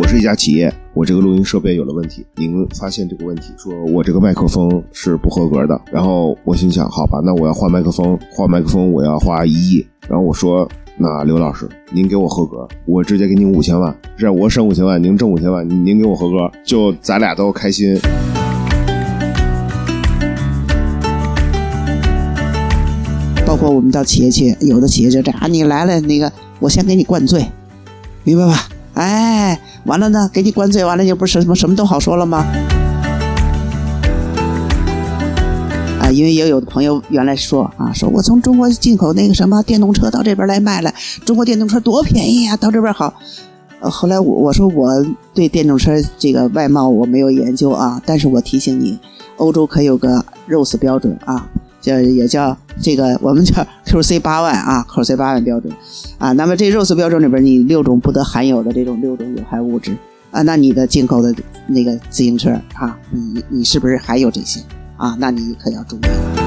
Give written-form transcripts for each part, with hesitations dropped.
我是一家企业，我这个录音设备有了问题，您发现这个问题，说我这个麦克风是不合格的，然后我心想，好吧，那我要换麦克风我要花1亿，然后我说，那刘老师您给我合格，我直接给您5000万，是我省5000万，您挣5000万，您给我合格，就咱俩都开心。 包括我们到企业去，有的企业就这样，你来了那个我先给你灌醉，明白吧？哎，完了呢给你灌醉，完了就不是什么都好说了吗？因为也有的朋友原来说我从中国进口那个什么电动车到这边来卖了，中国电动车多便宜啊，到这边好。后来我说我对电动车这个外贸我没有研究啊，但是我提醒你，欧洲可有个 RoHS 标准啊，也叫这个我们叫 QC8万啊 ，QC8万标准啊。那么这 RoHS 标准里边，你6种不得含有的这种6种有害物质啊，那你的进口的那个自行车啊，你是不是还有这些啊？那你可要注意了。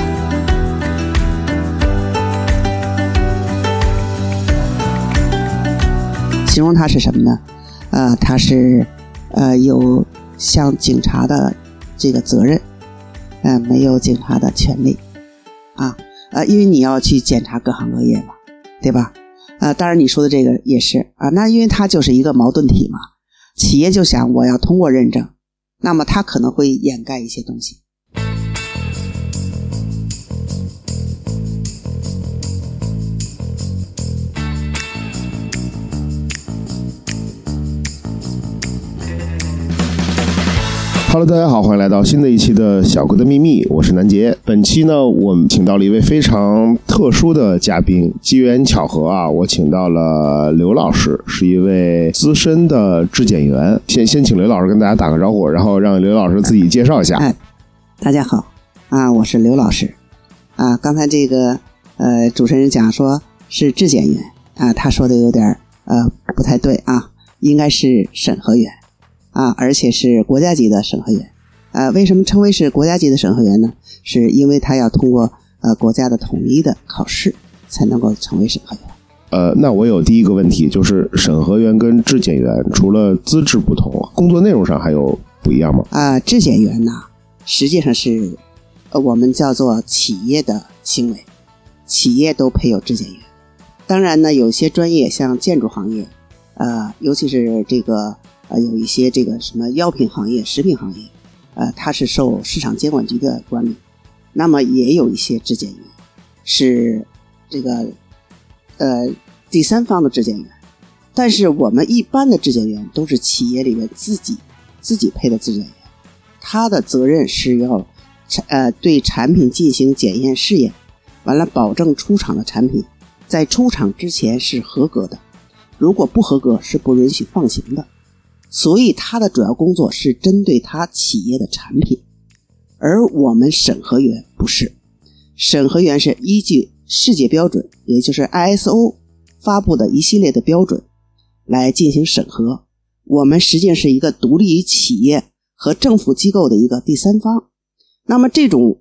形容它是什么呢？它是有像警察的这个责任，没有警察的权利啊。因为你要去检查各行各业嘛，对吧？当然你说的这个也是啊。那因为它就是一个矛盾体嘛，企业就想我要通过认证，那么它可能会掩盖一些东西。 Hello， 大家好，欢迎来到新的一期的小哥的秘密，我是南杰。本期呢，我们请到了一位非常特殊的嘉宾，机缘巧合啊，我请到了刘老师，是一位资深的质检员。先请刘老师跟大家打个招呼，然后让刘老师自己介绍一下。 大家好啊，我是刘老师啊。刚才这个主持人讲说是质检员啊，他说的有点不太对啊，应该是审核员。而且是国家级的审核员。为什么称为是国家级的审核员呢？是因为他要通过国家的统一的考试才能够成为审核员。 那我有第一个问题，就是审核员跟质检员除了资质不同，工作内容上还有不一样吗？ 质检员呢，实际上是我们叫做企业的行为，企业都配有质检员。当然呢，有些专业像建筑行业，尤其是这个有一些这个什么药品行业、食品行业，它是受市场监管局的管理。那么也有一些质检员是这个第三方的质检员，但是我们一般的质检员都是企业里面自己配的质检员，他的责任是要对产品进行检验试验，完了保证出厂的产品在出厂之前是合格的，如果不合格是不允许放行的。所以他的主要工作是针对他企业的产品，而我们审核员不是，审核员是依据世界标准，也就是 ISO 发布的一系列的标准来进行审核。我们实际上是一个独立于企业和政府机构的一个第三方。那么这种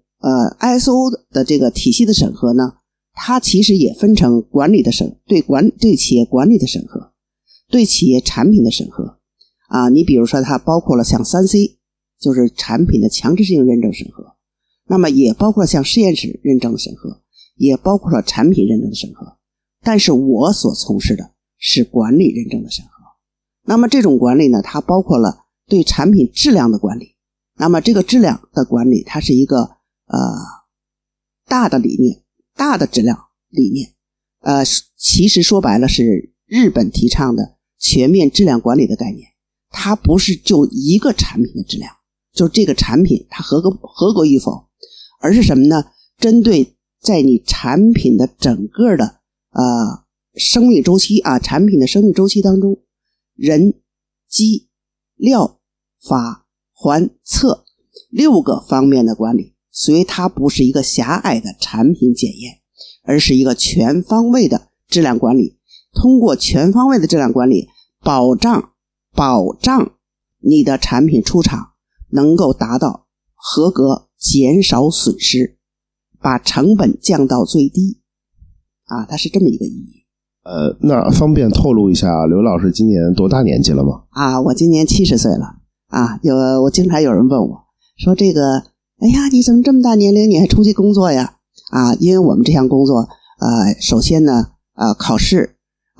ISO 的这个体系的审核呢，它其实也分成管理的对企业管理的审核，对企业产品的审核。你比如说它包括了像 3C， 就是产品的强制性认证审核，那么也包括了像实验室认证的审核，也包括了产品认证的审核。但是我所从事的是管理认证的审核。那么这种管理呢，它包括了对产品质量的管理。那么这个质量的管理，它是一个大的理念，大的质量理念。其实说白了是日本提倡的全面质量管理的概念。它不是就一个产品的质量，就是这个产品它合格与否，而是什么呢？针对在你产品的整个的生命周期产品的生命周期当中，人、机、料、法、环、测6个方面的管理。所以它不是一个狭隘的产品检验，而是一个全方位的质量管理。通过全方位的质量管理，保障你的产品出厂能够达到合格，减少损失，把成本降到最低它是这么一个意义。 那方便透露一下刘老师今年多大年纪了吗？ 我今年70岁了我经常有人问我说这个哎呀你怎么这么大年龄你还出去工作呀因为我们这项工作首先呢考试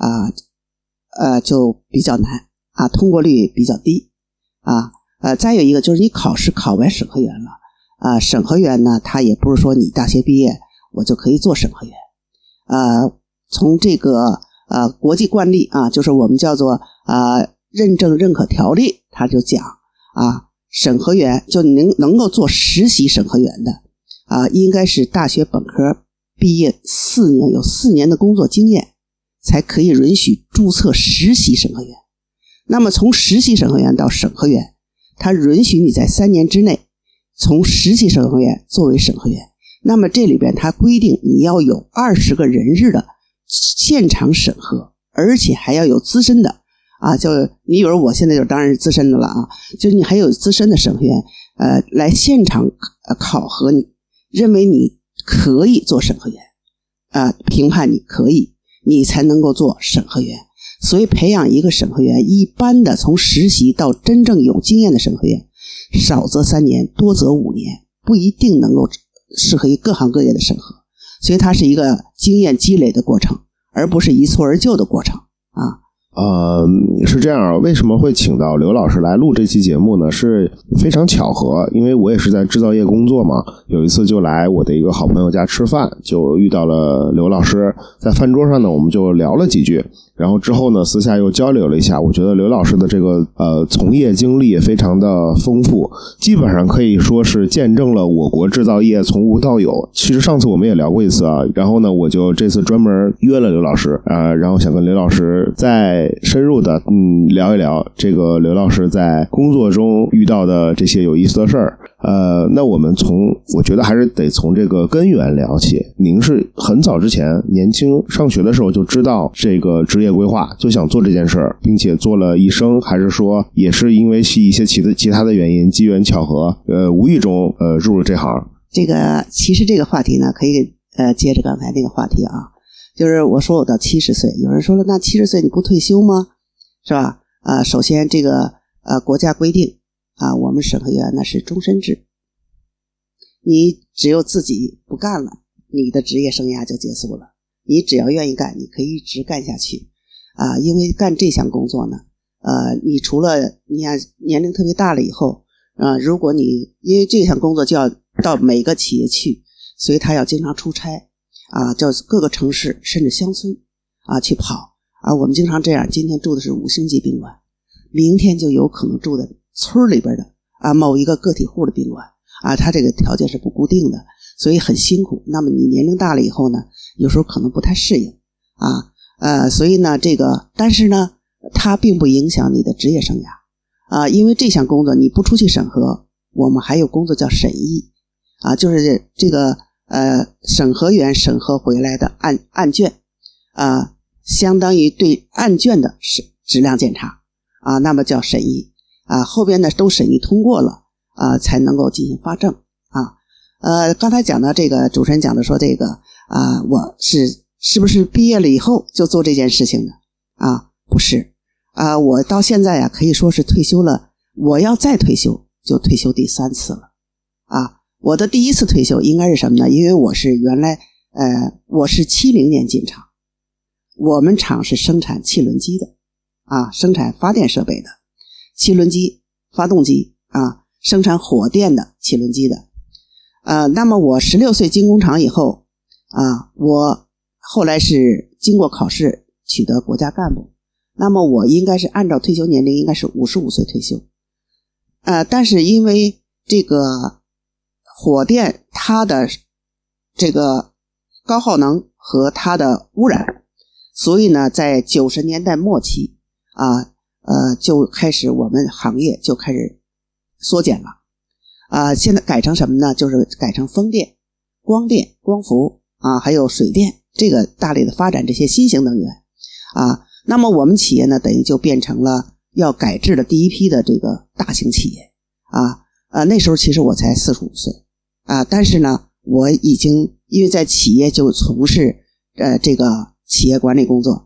就比较难通过率比较低再有一个就是你考试考完审核员了审核员呢他也不是说你大学毕业我就可以做审核员从这个国际惯例就是我们叫做认证认可条例，他就讲审核员就能够做实习审核员的应该是大学本科毕业4年，有4年的工作经验，才可以允许注册实习审核员。那么从实习审核员到审核员，他允许你在3年之内从实习审核员作为审核员。那么这里边他规定你要有20个人日的现场审核，而且还要有资深的就你比如我现在就当然是资深的了就你还有资深的审核员来现场考核你，认为你可以做审核员评判你可以，你才能够做审核员。所以培养一个审核员，一般的从实习到真正有经验的审核员，少则3年，多则5年，不一定能够适合于各行各业的审核。所以它是一个经验积累的过程，而不是一蹴而就的过程是这样，为什么会请到刘老师来录这期节目呢？是非常巧合，因为我也是在制造业工作嘛，有一次就来我的一个好朋友家吃饭，就遇到了刘老师，在饭桌上呢我们就聊了几句，然后之后呢私下又交流了一下。我觉得刘老师的这个从业经历也非常的丰富，基本上可以说是见证了我国制造业从无到有。其实上次我们也聊过一次然后呢我就这次专门约了刘老师然后想跟刘老师再深入的聊一聊这个刘老师在工作中遇到的这些有意思的事儿。那我觉得还是得从这个根源聊起。您是很早之前年轻上学的时候就知道这个职业规划，就想做这件事儿，并且做了一生，还是说也是因为一些其他的原因，机缘巧合无意中入了这行？ 其实这个话题呢可以接着刚才那个话题就是我说我到70岁，有人说了那70岁你不退休吗？是吧首先这个国家规定我们审核员那是终身制，你只有自己不干了，你的职业生涯就结束了。你只要愿意干，你可以一直干下去因为干这项工作呢你除了你看年龄特别大了以后如果你因为这项工作就要到每个企业去，所以他要经常出差叫各个城市甚至乡村去跑我们经常这样，今天住的是5星级宾馆，明天就有可能住的村里边的某一个个体户的宾馆它这个条件是不固定的，所以很辛苦。那么你年龄大了以后呢，有时候可能不太适应所以呢但是呢它并不影响你的职业生涯因为这项工作你不出去审核，我们还有工作叫审议就是这个审核员审核回来的案卷相当于对案卷的质量检查那么叫审议后边呢都审议通过了才能够进行发证刚才讲到这个主持人讲的说这个我是不是毕业了以后就做这件事情的不是我到现在可以说是退休了，我要再退休就退休第3次了我的第1次退休应该是什么呢？因为我是原来我是70年进厂，我们厂是生产汽轮机的生产发电设备的汽轮机发动机生产火电的汽轮机的那么我16岁进工厂以后我后来是经过考试取得国家干部，那么我应该是按照退休年龄应该是55岁退休但是因为这个火电它的这个高耗能和它的污染，所以呢在90年代末期就开始我们行业就开始缩减了现在改成什么呢？就是改成风电、光电、光伏还有水电，这个大力的发展这些新型能源那么我们企业呢等于就变成了要改制的第一批的这个大型企业那时候其实我才45岁但是呢我已经因为在企业就从事这个企业管理工作，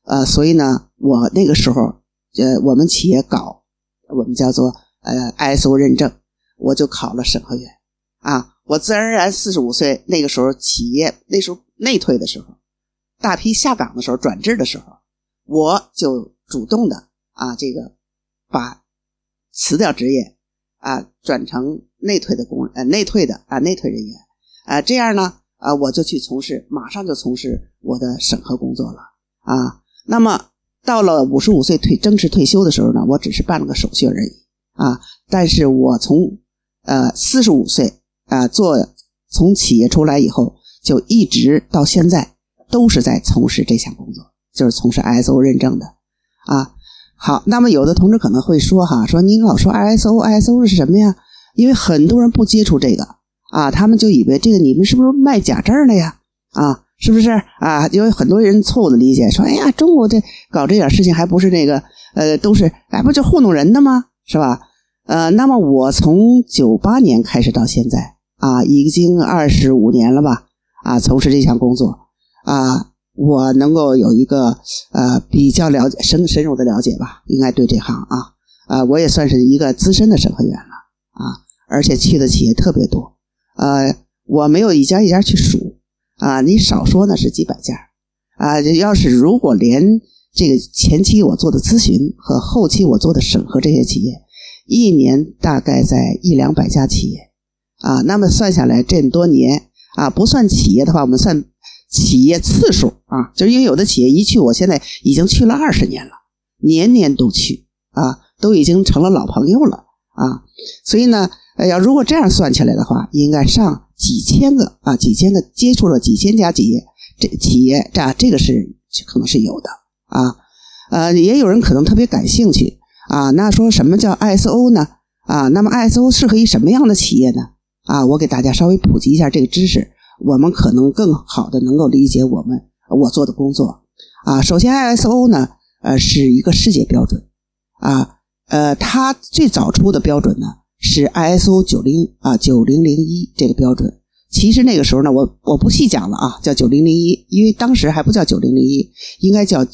所以呢，我那个时候我们企业搞我们叫做ISO 认证，我就考了审核员啊。我自然而然45岁，那个时候企业那时候内退的时候，大批下岗的时候，转制的时候，我就主动的这个把辞掉职业转成内退的内退人员这样呢我就去马上就从事我的审核工作了那么到了55岁正式退休的时候呢，我只是办了个手续而已但是我从45岁从企业出来以后，就一直到现在都是在从事这项工作，就是从事 ISO 认证的好，那么有的同志可能会说说您老说 ISO 是什么呀？因为很多人不接触这个他们就以为这个你们是不是卖假证的呀？是不是因为很多人错误的理解说，哎呀，中国这搞这点事情还不是那个都是不就糊弄人的吗？是吧？那么我从98年开始到现在已经25年了吧从事这项工作我能够有一个比较了解深入的了解吧，应该对这行我也算是一个资深的审核员了而且去的企业特别多我没有一家一家去数你少说呢是几百家要是如果连这个前期我做的咨询和后期我做的审核这些企业，一年大概在100-200家企业那么算下来这么多年不算企业的话，我们算企业次数就是因为有的企业一去我现在已经去了20年了，年年都去都已经成了老朋友了所以呢如果这样算起来的话，应该上几千个接触了几千家企业，这个是可能是有的也有人可能特别感兴趣那说什么叫 ISO 呢那么 ISO 适合于什么样的企业呢我给大家稍微普及一下这个知识，我们可能更好的能够理解我做的工作首先 ISO 呢是一个世界标准它最早出的标准呢是 ISO 9001这个标准。其实那个时候呢我不细讲了叫9001，因为当时还不叫9001，应该叫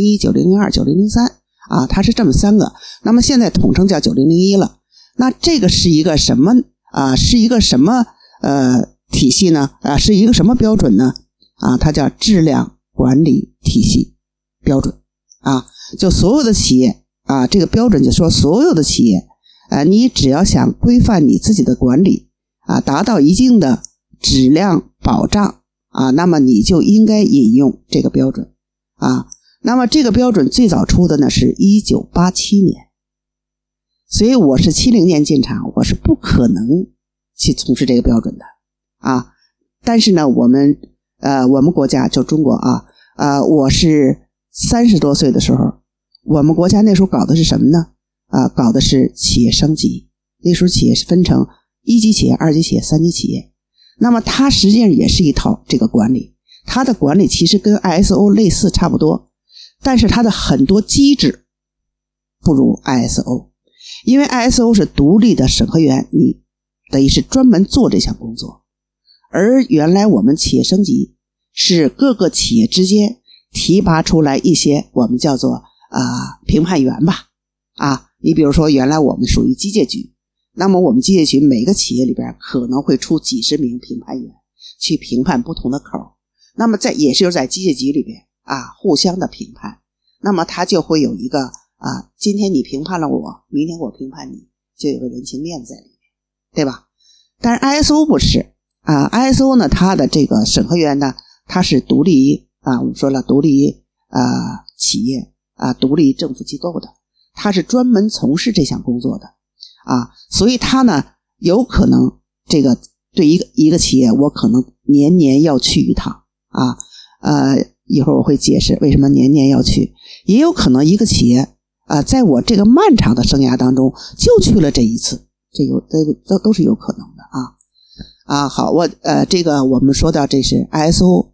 9001、9002、9003它是这么3个，那么现在统称叫9001了。那这个是一个什么是一个什么体系呢是一个什么标准呢它叫质量管理体系标准就所有的企业这个标准就说所有的企业你只要想规范你自己的管理达到一定的质量保障那么你就应该引用这个标准那么这个标准最早出的呢是1987年，所以我是70年进厂，我是不可能去从事这个标准的但是呢我们国家就中国我是30多岁的时候，我们国家那时候搞的是什么呢搞的是企业升级。那时候企业是分成1级企业、2级企业、3级企业，那么它实际上也是一套这个管理，它的管理其实跟 ISO 类似差不多，但是它的很多机制不如 ISO， 因为 ISO 是独立的审核员，你等于是专门做这项工作，而原来我们企业升级是各个企业之间提拔出来一些我们叫做评判员吧你比如说原来我们属于机械局，那么我们机械局每个企业里边可能会出几十名评判员去评判不同的口，那么也是在机械局里边互相的评判，那么它就会有一个今天你评判了我，明天我评判你，就有个人情面在里面，对吧？但是 ISO 不是ISO 呢，它的这个审核员呢，它是独立于我们说了独立于企业独立于政府机构的，它是专门从事这项工作的所以它呢有可能这个对一个企业我可能年年要去一趟一会儿我会解释为什么年年要去，也有可能一个企业在我这个漫长的生涯当中就去了这一次，这都是有可能的好，这个我们说到这是 ISO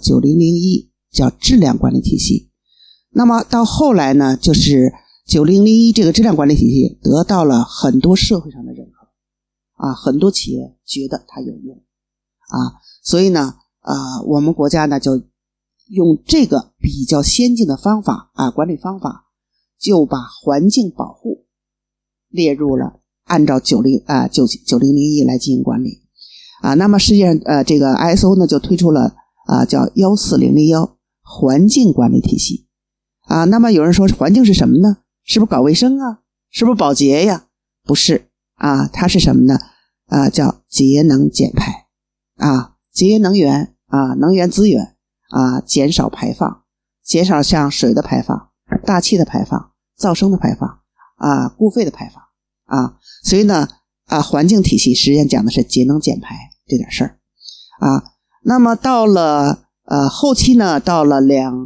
9001叫质量管理体系，那么到后来呢就是9001这个质量管理体系得到了很多社会上的认可很多企业觉得它有用所以呢我们国家呢就用这个比较先进的方法啊，管理方法，就把环境保护列入了按照9001来进行管理啊。那么实际上这个 ISO 呢就推出了叫14001环境管理体系啊。那么有人说环境是什么呢？是不是搞卫生啊？是不是保洁呀？不是啊，它是什么呢？叫节能减排啊，节约能源啊，能源资源啊，减少排放，减少像水的排放、大气的排放、噪声的排放啊、固废的排放啊。所以呢环境体系实际上讲的是节能减排这点事儿啊。那么到了后期呢，到了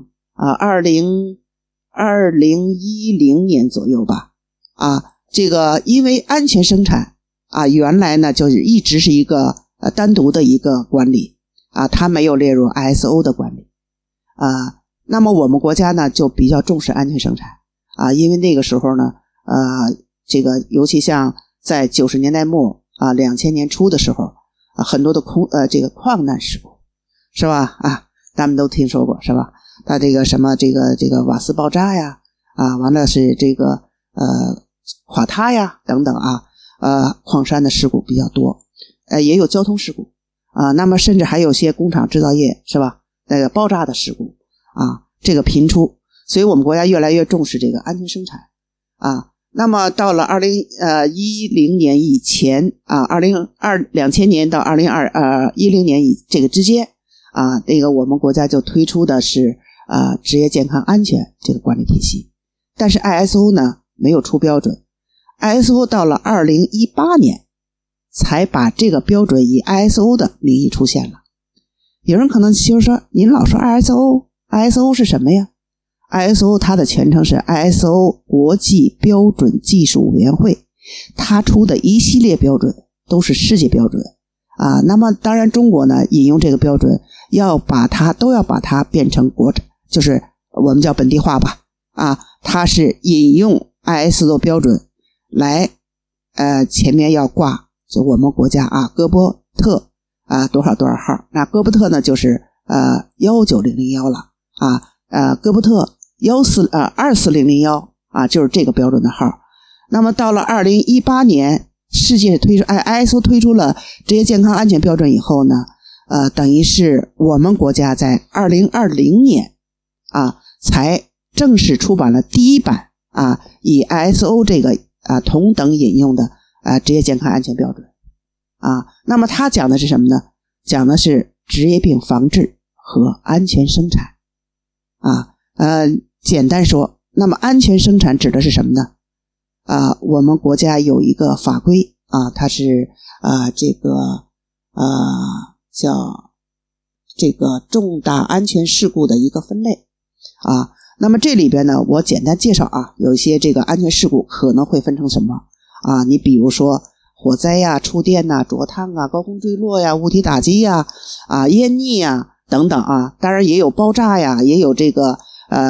2010年左右吧这个因为安全生产原来呢就是一直是一个单独的一个管理它没有列入 ISO 的管理那么我们国家呢就比较重视安全生产因为那个时候呢这个尤其像在90年代末2000年初的时候很多的这个矿难事故是吧咱们都听说过是吧？它这个什么这个瓦斯爆炸呀完了是这个垮塌呀等等矿山的事故比较多也有交通事故那么甚至还有些工厂制造业是吧那个爆炸的事故这个频出，所以我们国家越来越重视这个安全生产那么到了2010年以前2000年到2010年这个之间那个我们国家就推出的是职业健康安全这个管理体系，但是 ISO 呢没有出标准， ISO 到了2018年才把这个标准以 ISO 的名义出现了。有人可能就说您老说 ISO 是什么呀？ ISO 它的全称是 ISO 国际标准技术委员会，它出的一系列标准都是世界标准那么当然中国呢引用这个标准都要把它变成就是我们叫本地化吧它是引用 ISO 标准来前面要挂就我们国家哥波特多少多少号，那哥波特呢就是19001了哥波特24001就是这个标准的号。那么到了2018年世界推出ISO 推出了职业健康安全标准以后呢等于是我们国家在2020年才正式出版了第一版以 ISO 这个同等引用的职业健康安全标准那么它讲的是什么呢？讲的是职业病防治和安全生产简单说，那么安全生产指的是什么呢？我们国家有一个法规它是这个叫这个重大安全事故的一个分类那么这里边呢我简单介绍有一些这个安全事故可能会分成什么你比如说火灾呀、触电灼烫高空坠落呀、物体打击呀淹溺呀等等当然也有爆炸呀，也有这个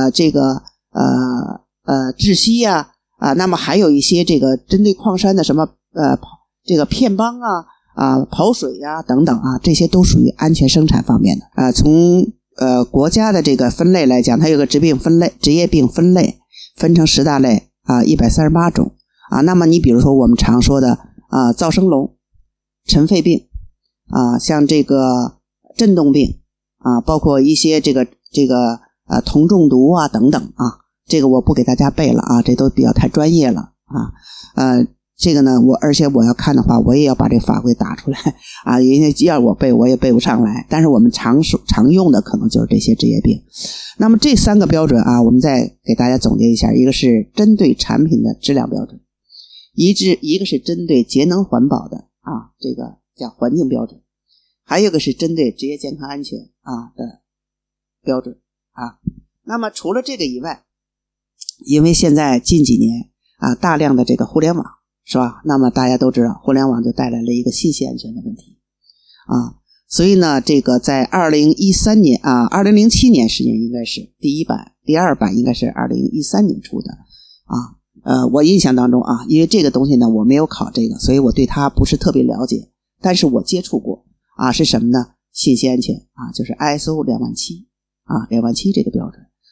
窒息呀那么还有一些这个针对矿山的什么这个片帮跑水呀等等这些都属于安全生产方面的从国家的这个分类来讲，它有个职业病分类分成10大类138种那么你比如说我们常说的噪声聋、尘肺病像这个震动病包括一些这个铜中毒等等这个我不给大家背了这都比较太专业了这个呢而且我要看的话我也要把这法规打出来因为要我背我也背不上来，但是我们常用的可能就是这些职业病。那么这3个标准我们再给大家总结一下，一个是针对产品的质量标准，一个是针对节能环保的这个叫环境标准，还有一个是针对职业健康安全的标准那么除了这个以外，因为现在近几年大量的这个互联网是吧？那么大家都知道互联网就带来了一个信息安全的问题所以呢这个在2013年2007年时间应该是第一版，第二版应该是2013年出的我印象当中因为这个东西呢我没有考这个，所以我对它不是特别了解，但是我接触过是什么呢？信息安全就是 ISO 27000 27000这个标准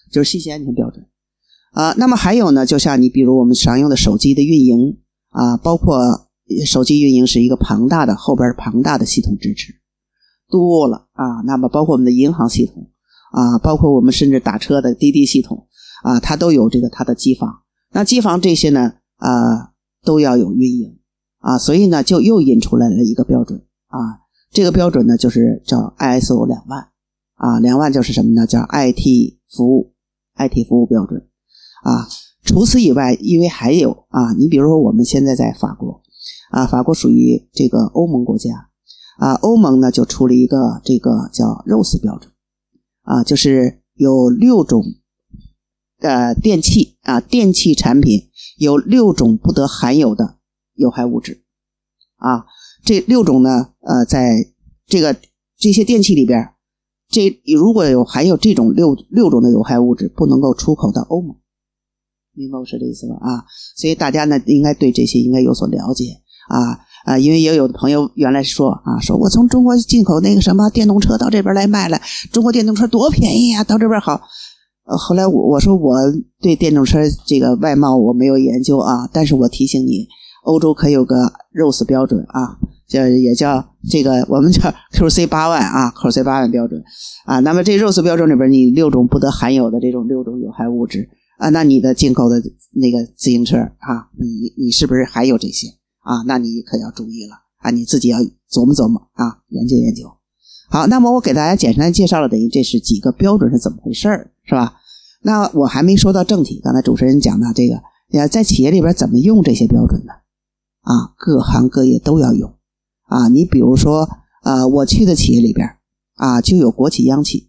就是信息安全标准。那么还有呢，就像你比如我们常用的手机的运营包括手机运营是一个后边庞大的系统支持多了那么包括我们的银行系统包括我们甚至打车的滴滴系统它都有它的机房。那机房这些呢都要有运营所以呢就又引出来了一个标准这个标准呢就是叫 ISO 2000020000就是什么呢？叫 IT 服务标准除此以外，因为还有你比如说我们现在在法国法国属于这个欧盟国家欧盟呢就出了一个这个叫 RoHS 标准就是有6种电器产品有6种不得含有的有害物质这6种呢在这些电器里边如果含有这种六种的有害物质不能够出口到欧盟，明白我是这意思吧所以大家呢应该对这些应该有所了解因为也有的朋友原来说我从中国进口那个什么电动车到这边来卖了，中国电动车多便宜到这边好后来我说我对电动车这个外贸我没有研究但是我提醒你，欧洲可有个 RoHS 标准也叫这个我们叫 QC8000 QC8000 标准那么这 RoHS 标准里边你6种不得含有的这种6种有害物质那你的进口的那个自行车你是不是还有这些那你可要注意了你自己要琢磨琢磨研究。好，那么我给大家简单介绍了等于这是几个标准是怎么回事是吧？那我还没说到正题，刚才主持人讲到这个在企业里边怎么用这些标准呢各行各业都要用你比如说我去的企业里边就有国企央企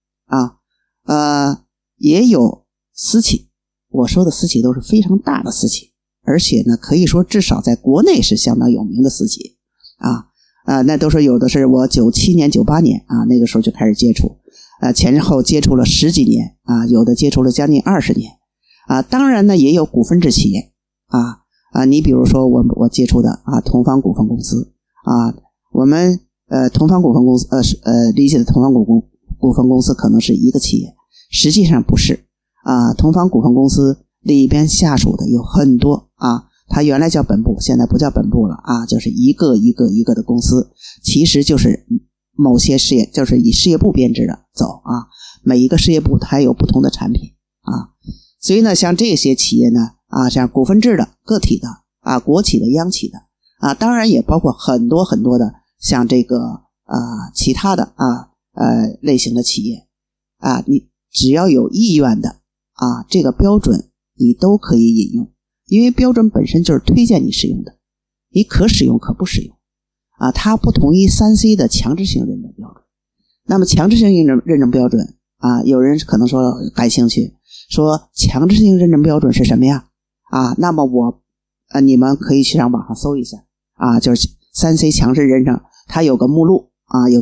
也有私企，我说的私企都是非常大的私企，而且呢可以说至少在国内是相当有名的私企那都是有的是我97年98年那个时候就开始接触前后接触了10几年有的接触了将近20年当然呢也有股份制企业你比如说我接触的同方股份公司我们同方股份公司理解的同方股份公司可能是一个企业，实际上不是同方股份公司里边下属的有很多它原来叫本部，现在不叫本部了就是一个一个的公司，其实就是某些事业就是以事业部编制的走每一个事业部它有不同的产品所以呢像这些企业呢像股份制的个体的国企的央企的当然也包括很多很多的像这个其他的类型的企业你只要有意愿的这个标准你都可以引用，因为标准本身就是推荐你使用的，你可使用可不使用它不同于 3C 的强制性认证标准。那么强制性认证标准有人可能说感兴趣，说强制性认证标准是什么呀那么你们可以去上网上搜一下就是 3C 强制认证，它有个目录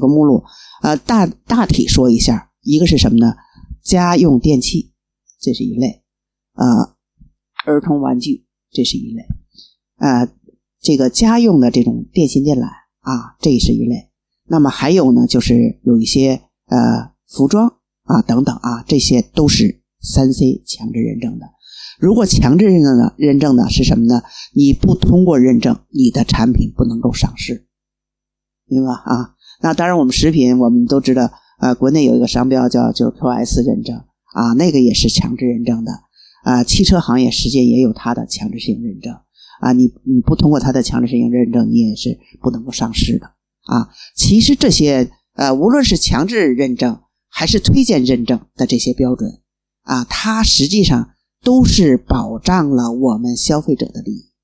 大体说一下，一个是什么呢？家用电器，这是一类儿童玩具，这是一类这个家用的这种电信电缆这是一类。那么还有呢就是有一些服装等等这些都是 3C 强制认证的。如果强制认证的是什么呢？你不通过认证，你的产品不能够上市，明白那当然我们食品我们都知道国内有一个商标就是 QS 认证那个也是强制认证的汽车行业实际也有它的强制性认证你不通过它的强制性认证，你也是不能够上市的其实这些无论是强制认证还是推荐认证的这些标准它实际上都是保障了我们消费者的利益，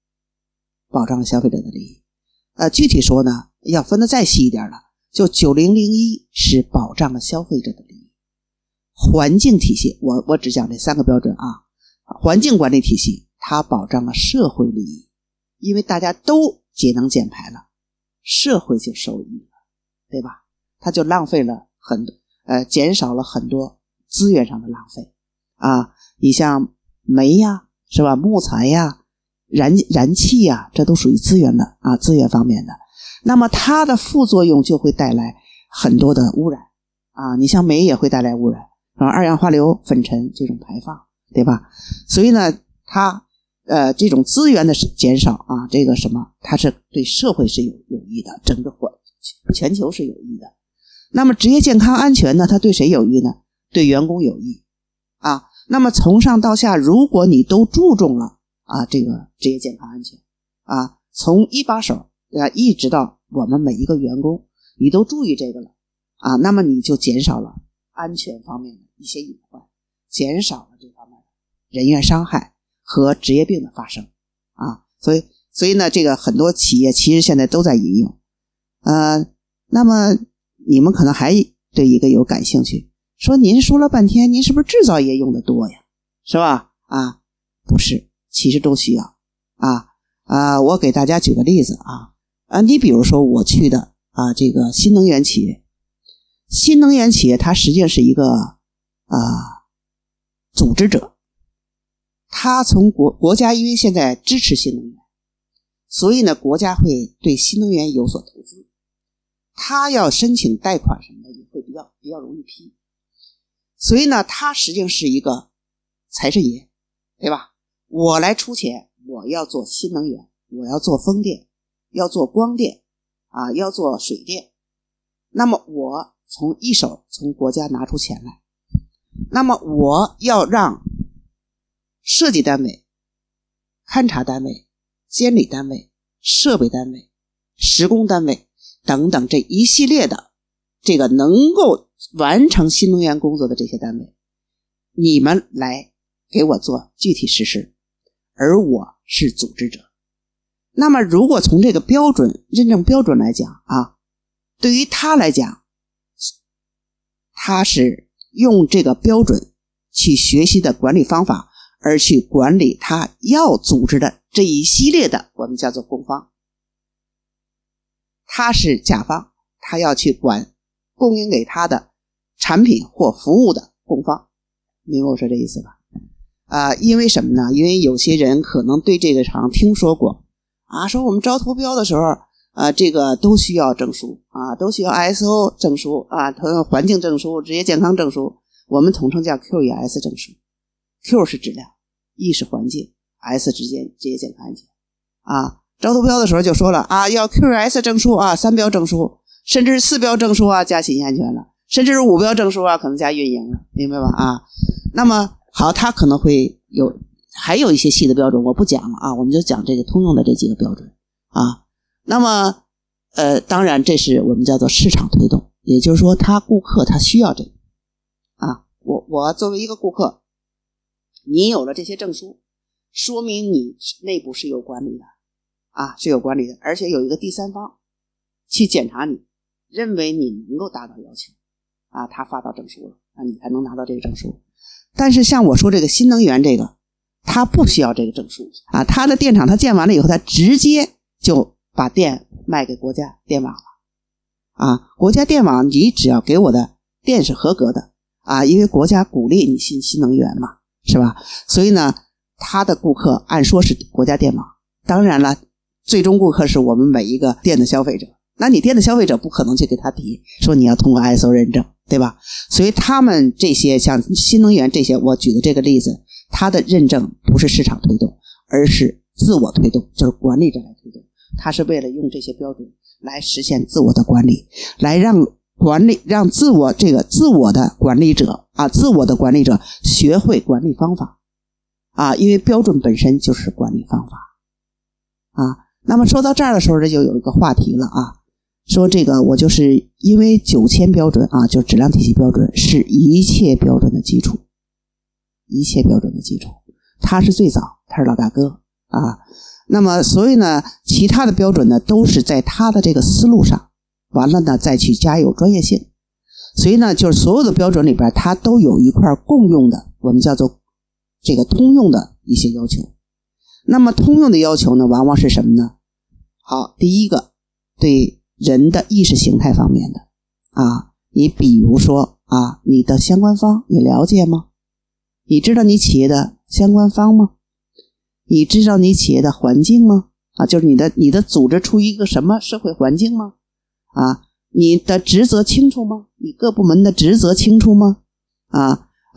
具体说呢要分得再细一点了，就9001是保障了消费者的利益。环境体系我只讲这3个标准环境管理体系它保障了社会利益，因为大家都节能减排了，社会就受益了，对吧？它就浪费了很多减少了很多资源上的浪费你像煤是吧，木材燃气这都属于资源的资源方面的。那么它的副作用就会带来很多的污染你像煤也会带来污染二氧化硫、粉尘这种排放，对吧？所以呢，它这种资源的减少啊，这个什么，它是对社会是有益的，整个全球是有益的。那么职业健康安全呢，它对谁有益呢？对员工有益啊。那么从上到下，如果你都注重了啊这个职业健康安全啊，从一把手一直到我们每一个员工，你都注意这个了啊，那么你就减少了安全方面的一些隐患，减少了这方面的人员伤害和职业病的发生啊。所以呢，这个很多企业其实现在都在引用。那么你们可能还对一个有感兴趣，说您说了半天，您是不是制造业用的多呀？是吧？啊，不是，其实都需要我给大家举个例子你比如说我去的这个新能源企业，新能源企业它实际上是一个组织者，它从国家因为现在支持新能源，所以呢国家会对新能源有所投资，它要申请贷款什么的也会比较容易批，所以呢它实际上是一个财神爷，对吧？我来出钱，我要做新能源，我要做风电，要做光电要做水电，那么我一手从国家拿出钱来，那么我要让设计单位、勘察单位、监理单位、设备单位、施工单位等等这一系列的这个能够完成新能源工作的这些单位，你们来给我做具体实施，而我是组织者。那么如果从这个标准认证标准来讲对于他来讲，他是用这个标准去学习的管理方法，而去管理他要组织的这一系列的我们叫做供方。他是甲方，他要去管供应给他的产品或服务的供方，明白我说这意思吧？因为什么呢？因为有些人可能对这个厂听说过说我们招投标的时候这个都需要证书都需要 ISO 证书环境证书、职业健康证书，我们统称叫 QES 证书。 Q 是质量， E 是环境， S 职业健康安全招投标的时候就说了要 QES 证书3标证书，甚至是4标证书加信息安全了，甚至是5标证书可能加运营了，明白吧那么好，它可能会还有一些细的标准我不讲了我们就讲这个通用的这几个标准那么当然这是我们叫做市场推动，也就是说顾客他需要这个我作为一个顾客，你有了这些证书，说明你内部是有管理的是有管理的，而且有一个第三方去检查你，认为你能够达到要求他发到证书了你才能拿到这个证书。但是像我说这个新能源这个，他不需要这个证书他的电厂他建完了以后，他直接就把电卖给国家电网了国家电网你只要给我的电是合格的因为国家鼓励你新能源嘛，是吧？所以呢他的顾客按说是国家电网，当然了最终顾客是我们每一个电的消费者，那你电的消费者不可能去给他提说你要通过 ISO 认证，对吧？所以他们这些像新能源这些我举的这个例子，它的认证不是市场推动，而是自我推动，就是管理者来推动，他是为了用这些标准来实现自我的管理，来让自我的管理者自我的管理者学会管理方法因为标准本身就是管理方法那么说到这儿的时候，这就有一个话题了说这个我就是因为9000标准就是质量体系标准是一切标准的基础，一切标准的基础，它是最早，它是老大哥那么所以呢其他的标准呢都是在它的这个思路上，完了呢再去加有专业性，所以呢就是所有的标准里边它都有一块共用的，我们叫做这个通用的一些要求。那么通用的要求呢往往是什么呢？好，第一个对人的意识形态方面的你比如说你的相关方你了解吗？你知道你企业的相关方吗？你知道你企业的环境吗？就是你的组织处于一个什么社会环境吗？你的职责清楚吗？你各部门的职责清楚吗？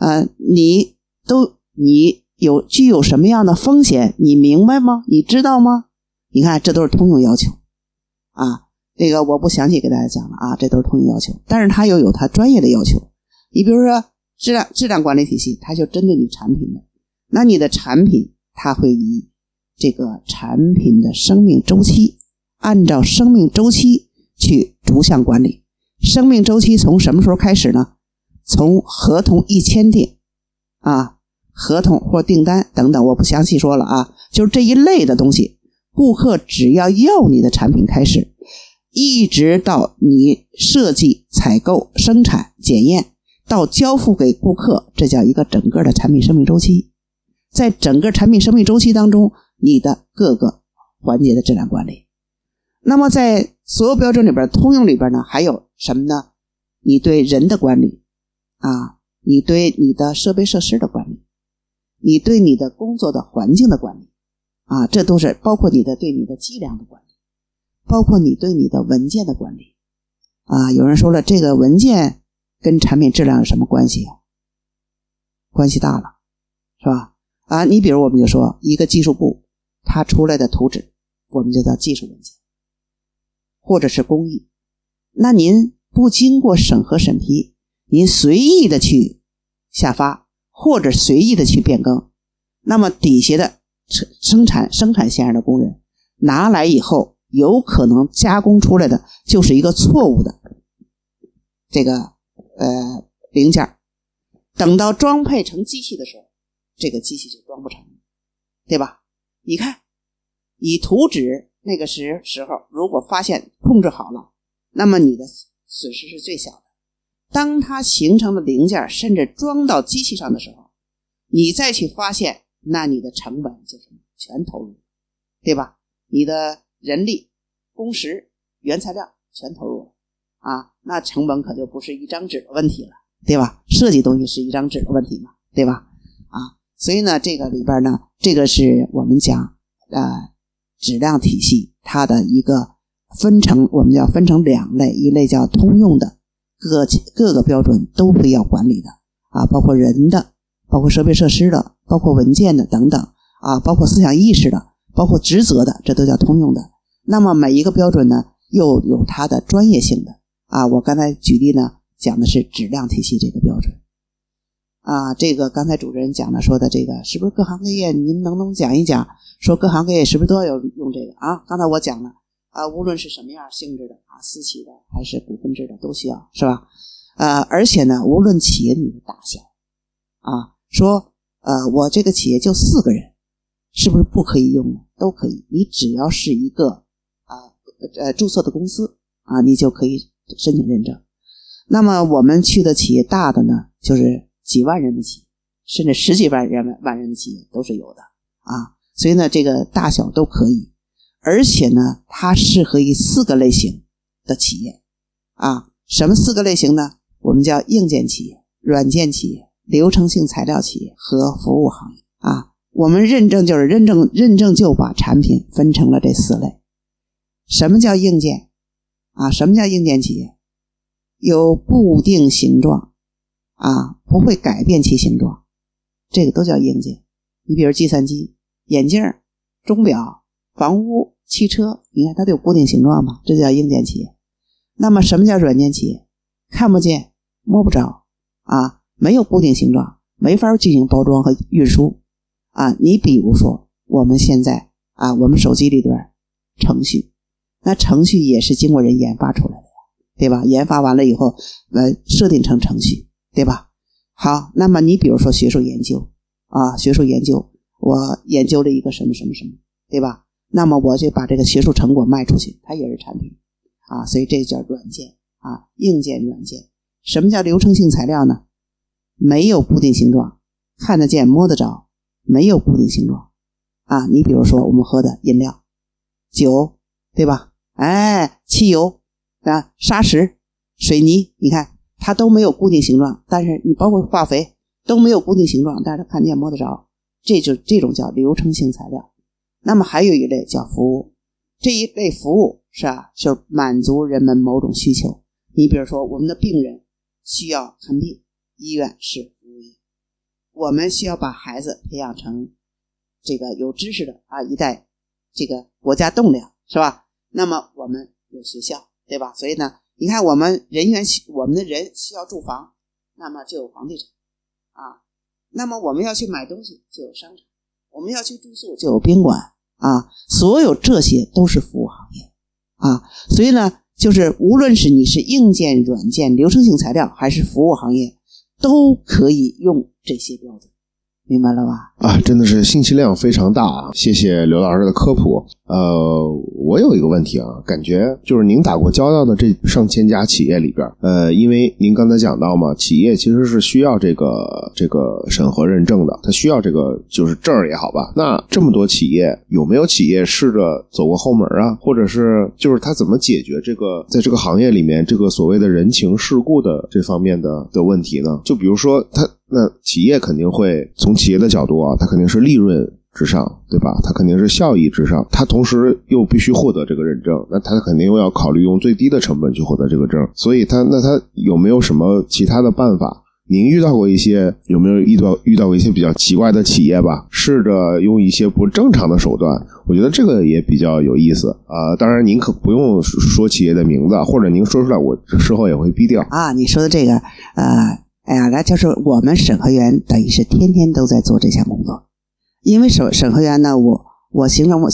你具有什么样的风险，你明白吗？你知道吗？你看这都是通用要求啊，这个我不详细给大家讲了啊，这都是通用要求，但是它又有它专业的要求。你比如说质量管理体系，它就针对你产品的，那你的产品它会以这个产品的生命周期，按照生命周期去逐项管理。生命周期从什么时候开始呢？从合同一签订啊，合同或订单等等，我不详细说了啊，就是这一类的东西，顾客只要你的产品开始，一直到你设计、采购、生产、检验到交付给顾客，这叫一个整个的产品生命周期。在整个产品生命周期当中，你的各个环节的质量管理。那么在所有标准里边，通用里边呢，还有什么呢？你对人的管理啊，你对你的设备设施的管理，你对你的工作的环境的管理啊，这都是包括对你的计量的管理，包括你对你的文件的管理啊。有人说了，这个文件跟产品质量有什么关系啊？关系大了，是吧？啊，你比如我们就说一个技术部它出来的图纸，我们就叫技术文件，或者是工艺。那您不经过审核审批，您随意的去下发，或者随意的去变更，那么底下的生产线上的工人拿来以后，有可能加工出来的就是一个错误的这个零件，等到装配成机器的时候，这个机器就装不成，对吧？你看以图纸那个时候如果发现控制好了，那么你的损失是最小的。当它形成的零件甚至装到机器上的时候，你再去发现，那你的成本就是全投入，对吧？你的人力、工时、原材料全投入了啊，那成本可就不是一张纸的问题了，对吧？设计东西是一张纸的问题嘛，对吧？啊，所以呢，这个里边呢，这个是我们讲质量体系它的一个我们要分成两类，一类叫通用的，各个标准都会要管理的啊，包括人的，包括设备设施的，包括文件的等等啊，包括思想意识的，包括职责的，这都叫通用的。那么每一个标准呢，又有它的专业性的啊。我刚才举例呢，讲的是质量体系这个标准啊。这个刚才主持人讲的说的这个，是不是各行各业您能不能讲一讲，说各行各业是不是都要用这个啊？刚才我讲了啊，无论是什么样性质的啊，私企的还是股份制的都需要，是吧？而且呢，无论企业你的大小啊，说我这个企业就4个人，是不是不可以用呢？都可以，你只要是一个注册的公司啊，你就可以申请认证。那么我们去的企业大的呢，就是几万人的企业，甚至十几万人的企业都是有的啊。所以呢，这个大小都可以。而且呢，它适合于4个类型的企业啊。什么4个类型呢？我们叫硬件企业、软件企业、流程性材料企业和服务行业啊。我们认证就把产品分成了这4类。什么叫硬件啊？什么叫硬件企业？有固定形状啊，不会改变其形状，这个都叫硬件。你比如计算机、眼镜、钟表、房屋、汽车，你看它都有固定形状嘛，这叫硬件企业。那么什么叫软件企业？看不见摸不着啊，没有固定形状，没法进行包装和运输啊。你比如说我们现在啊，我们手机里边程序，那程序也是经过人研发出来的，对吧？研发完了以后设定成程序，对吧？好，那么你比如说学术研究啊，学术研究我研究了一个什么什么什么，对吧？那么我就把这个学术成果卖出去，它也是产品啊，所以这叫软件啊，硬件软件。什么叫流程性材料呢？没有固定形状，看得见摸得着，没有固定形状啊。你比如说我们喝的饮料、酒，对吧？汽油啊、砂石、水泥，你看它都没有固定形状，但是你包括化肥都没有固定形状，但是它看得见摸得着，这种叫流程性材料。那么还有一类叫服务，这一类服务是吧，就是满足人们某种需求。你比如说我们的病人需要看病，医院是服务业我们需要把孩子培养成这个有知识的一代这个国家栋梁，是吧？那么我们有学校，对吧？所以呢，你看我们的人需要住房，那么就有房地产那么我们要去买东西就有商场，我们要去住宿就有宾馆所有这些都是服务行业所以呢，就是无论是你是硬件、软件、流程性材料还是服务行业，都可以用这些标准，明白了吧？ 真的是信息量非常大谢谢刘老师的科普。我有一个问题感觉就是您打过交道的这上千家企业里边，因为您刚才讲到嘛，企业其实是需要这个审核认证的，它需要这个就是证也好吧。那这么多企业，有没有企业试着走过后门或者是就是他怎么解决这个在这个行业里面这个所谓的人情世故的这方面的问题呢？就比如说那企业肯定会从企业的角度它肯定是利润之上，对吧？它肯定是效益之上，它同时又必须获得这个认证，那它肯定又要考虑用最低的成本去获得这个证，所以它有没有什么其他的办法？您有没有遇到过一些比较奇怪的企业吧？试着用一些不正常的手段，我觉得这个也比较有意思当然您可不用说企业的名字，或者您说出来我事后也会逼掉你说的这个那就是我们审核员等于是天天都在做这项工作。因为审核员呢，我形容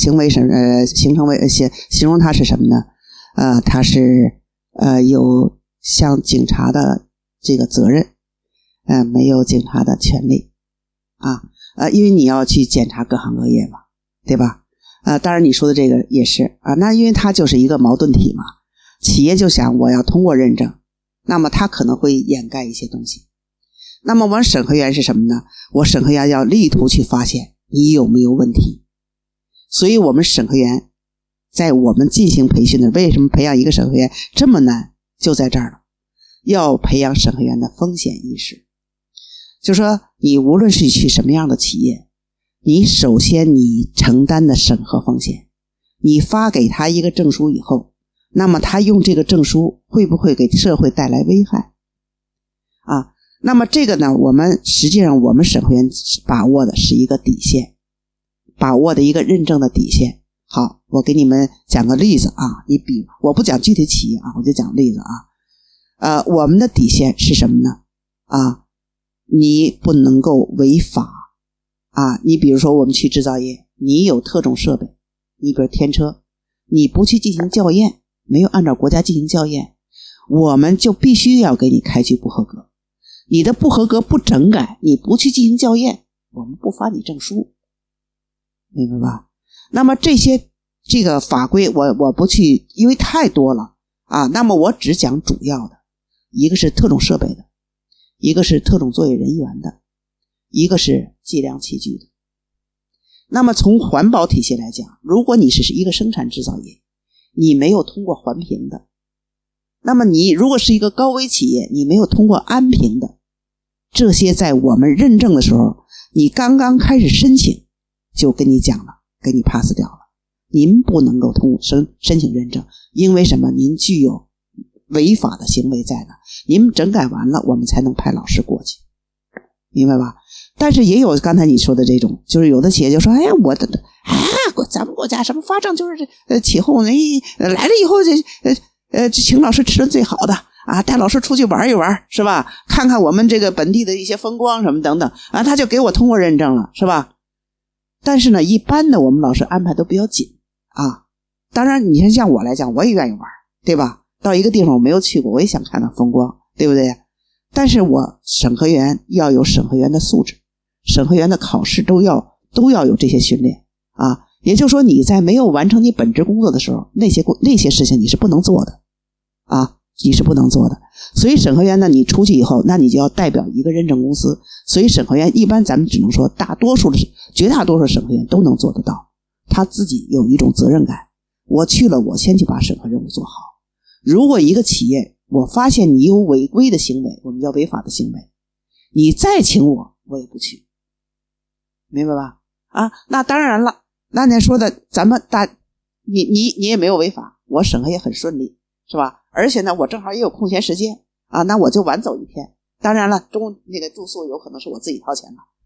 他是什么呢？他是有像警察的这个责任，没有警察的权利因为你要去检查各行各业嘛，对吧？当然你说的这个也是那因为它就是一个矛盾体嘛。企业就想我要通过认证，那么它可能会掩盖一些东西。那么我们审核员是什么呢？我审核员要力图去发现你有没有问题。所以我们审核员在我们进行培训的，为什么培养一个审核员这么难，就在这儿了。要培养审核员的风险意识，就说你无论是去什么样的企业，你首先你承担的审核风险，你发给他一个证书以后，那么他用这个证书会不会给社会带来危害那么这个呢，实际上我们审核员把握的是一个底线，把握的一个认证的底线。好，我给你们讲个例子我不讲具体企业我就讲例子我们的底线是什么呢？你不能够违法你比如说我们去制造业，你有特种设备，你比如天车，你不去进行校验，没有按照国家进行校验，我们就必须要给你开具不合格。你的不合格不整改，你不去进行校验，我们不发你证书，明白吧？那么这个法规我不去，因为太多了那么我只讲主要的，一个是特种设备的，一个是特种作业人员的，一个是计量器具的。那么从环保体系来讲，如果你是一个生产制造业，你没有通过环评的，那么你如果是一个高危企业，你没有通过安评的，这些在我们认证的时候，你刚刚开始申请就跟你讲了，给你 pass 掉了，您不能够通过申请认证，因为什么？您具有违法的行为在呢，您整改完了我们才能派老师过去，明白吧？但是也有刚才你说的这种，就是有的企业就说咱们国家什么发证就是起后来了以后请老师吃的最好的带老师出去玩一玩，是吧？看看我们这个本地的一些风光什么等等他就给我通过认证了，是吧？但是呢，一般的我们老师安排都比较紧当然你像我来讲，我也愿意玩，对吧？到一个地方我没有去过，我也想看看风光，对不对？但是我审核员要有审核员的素质，审核员的考试都要有这些训练也就是说你在没有完成你本职工作的时候，那些事情你是不能做的你是不能做的。所以审核员呢，你出去以后，那你就要代表一个认证公司。所以审核员一般咱们只能说绝大多数审核员都能做得到，他自己有一种责任感，我去了我先去把审核任务做好。如果一个企业我发现你有违规的行为，我们叫违法的行为，你再请我也不去，明白吧？那当然了，那你说的咱们你也没有违法，我审核也很顺利，是吧？而且呢，我正好也有空闲时间那我就晚走一天。当然了，那个住宿有可能是我自己掏钱了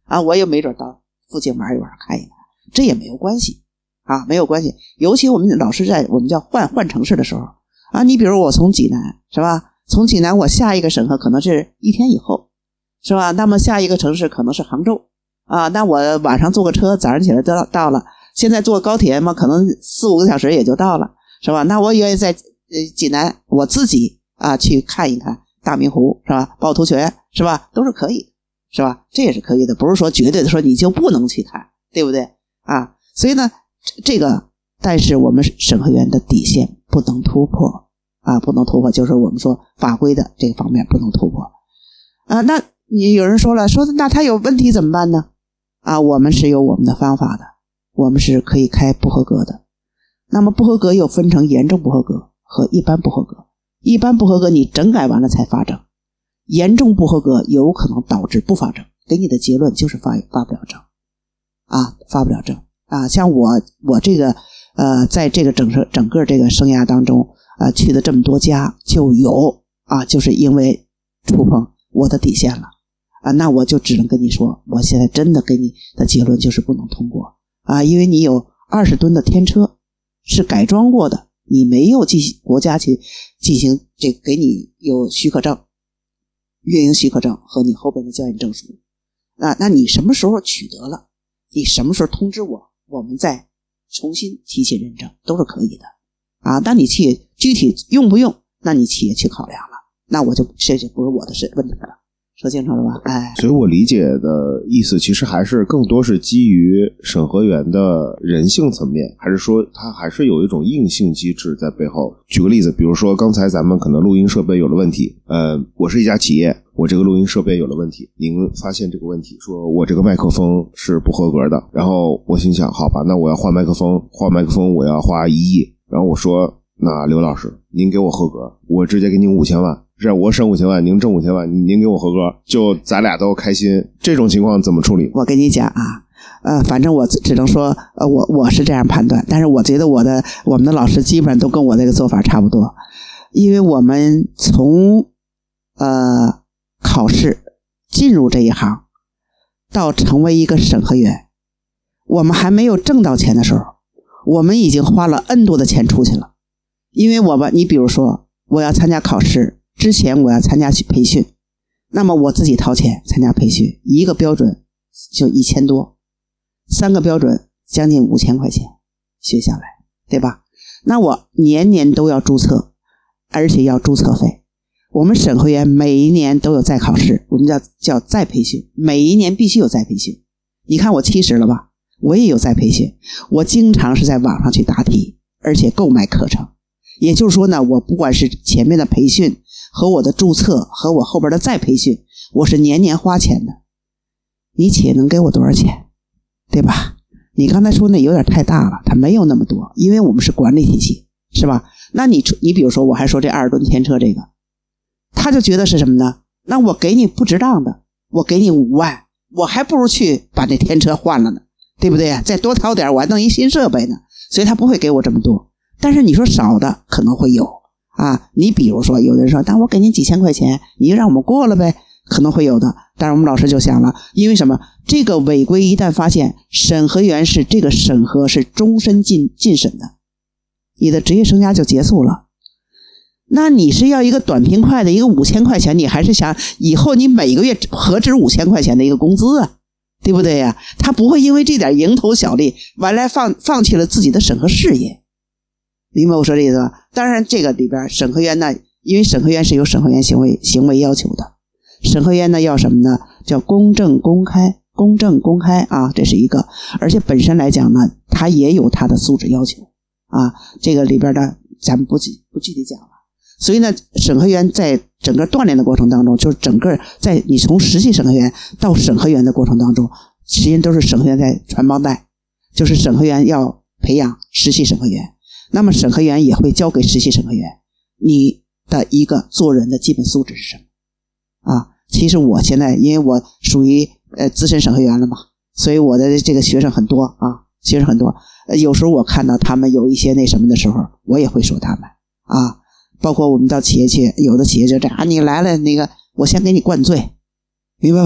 啊，我也没准到附近玩一玩看一看，这也没有关系啊，没有关系。尤其我们老是在我们叫换城市的时候啊，你比如我从济南是吧，从济南我下一个审核可能是1天以后是吧，那么下一个城市可能是杭州啊，那我晚上坐个车早上起来到了，现在坐高铁嘛可能4-5个小时也就到了是吧，那我愿意在济南我自己啊去看一看大明湖是吧，趵突泉是吧，都是可以是吧，这也是可以的，不是说绝对的说你就不能去看，对不对啊？所以呢这个但是我们审核员的底线不能突破啊，不能突破，就是我们说法规的这个方面不能突破啊。那你有人说了，说那他有问题怎么办呢？啊，我们是有我们的方法的，我们是可以开不合格的。那么不合格又分成严重不合格和一般不合格，一般不合格你整改完了才发证，严重不合格有可能导致不发证，给你的结论就是发不了证啊，发不了证啊。像我这个在这个整个这个生涯当中去的这么多家就有啊，就是因为触碰我的底线了啊，那我就只能跟你说，我现在真的给你的结论就是不能通过啊，因为你有20吨的天车是改装过的，你没有国家去进行这个给你有许可证、运营许可证和你后边的教研证书啊，那你什么时候取得了，你什么时候通知我，我们再重新提起认证都是可以的啊。那你企业具体用不用，那你企业去考量了，那我就这就不是我的问题了。说清楚了吧？哎， 所以我理解的意思其实还是更多是基于审核员的人性层面，还是说它还是有一种硬性机制在背后。举个例子，比如说刚才咱们可能录音设备有了问题，我是一家企业，我这个录音设备有了问题，您发现这个问题，说我这个麦克风是不合格的，然后我心想好吧，那我要换麦克风我要花1亿，然后我说那刘老师您给我合格，我直接给您5000万，是我省5000万您挣5000万，您给我合格，就咱俩都开心，这种情况怎么处理？ 我跟你讲啊，反正我只能说我是这样判断，但是我觉得我们的老师基本上都跟我这个做法差不多，因为我们从考试进入这一行到成为一个审核员，我们还没有挣到钱的时候，我们已经花了 N 多的钱出去了。因为你比如说我要参加考试之前我要参加培训，那么我自己掏钱参加培训，一个标准就1000多，3个标准将近5000块钱学下来，对吧？那我年年都要注册，而且要注册费。我们审核员每一年都有再考试，我们叫再培训，每一年必须有再培训。你看我70了吧，我也有再培训，我经常是在网上去答题，而且购买课程。也就是说呢，我不管是前面的培训和我的注册和我后边的再培训，我是年年花钱的。你企业能给我多少钱，对吧？你刚才说那有点太大了，它没有那么多，因为我们是管理体系，是吧？那你比如说我还说这20吨天车这个，他就觉得是什么呢？那我给你不值当的，我给你5万，我还不如去把这天车换了呢，对不对？再多掏点我还弄一新设备呢，所以他不会给我这么多。但是你说少的可能会有啊，你比如说有人说但我给你几千块钱你就让我们过了呗，可能会有的。但是我们老师就想了，因为什么？这个违规一旦发现，审核员是这个审核是终身进审的，你的职业生涯就结束了。那你是要一个短平快的一个5000块钱，你还是想以后你每个月何止5000块钱的一个工资啊，对不对呀？他不会因为这点蝇头小利完来放弃了自己的审核事业。明白我说这意思吧？当然这个里边审核员呢，因为审核员是有审核员行为要求的，审核员呢要什么呢？叫公正公开啊，这是一个。而且本身来讲呢，它也有它的素质要求啊，这个里边呢咱们不具体讲了。所以呢，审核员在整个锻炼的过程当中，就是整个在你从实习审核员到审核员的过程当中，实际上都是审核员在传帮带，就是审核员要培养实习审核员。那么审核员也会教给实习审核员你的一个做人的基本素质是什么啊？其实我现在因为我属于资深审核员了嘛，所以我的这个学生很多啊，有时候我看到他们有一些那什么的时候，我也会说他们啊，包括我们到企业去，有的企业就这样你来了那个我先给你灌醉，明白吧？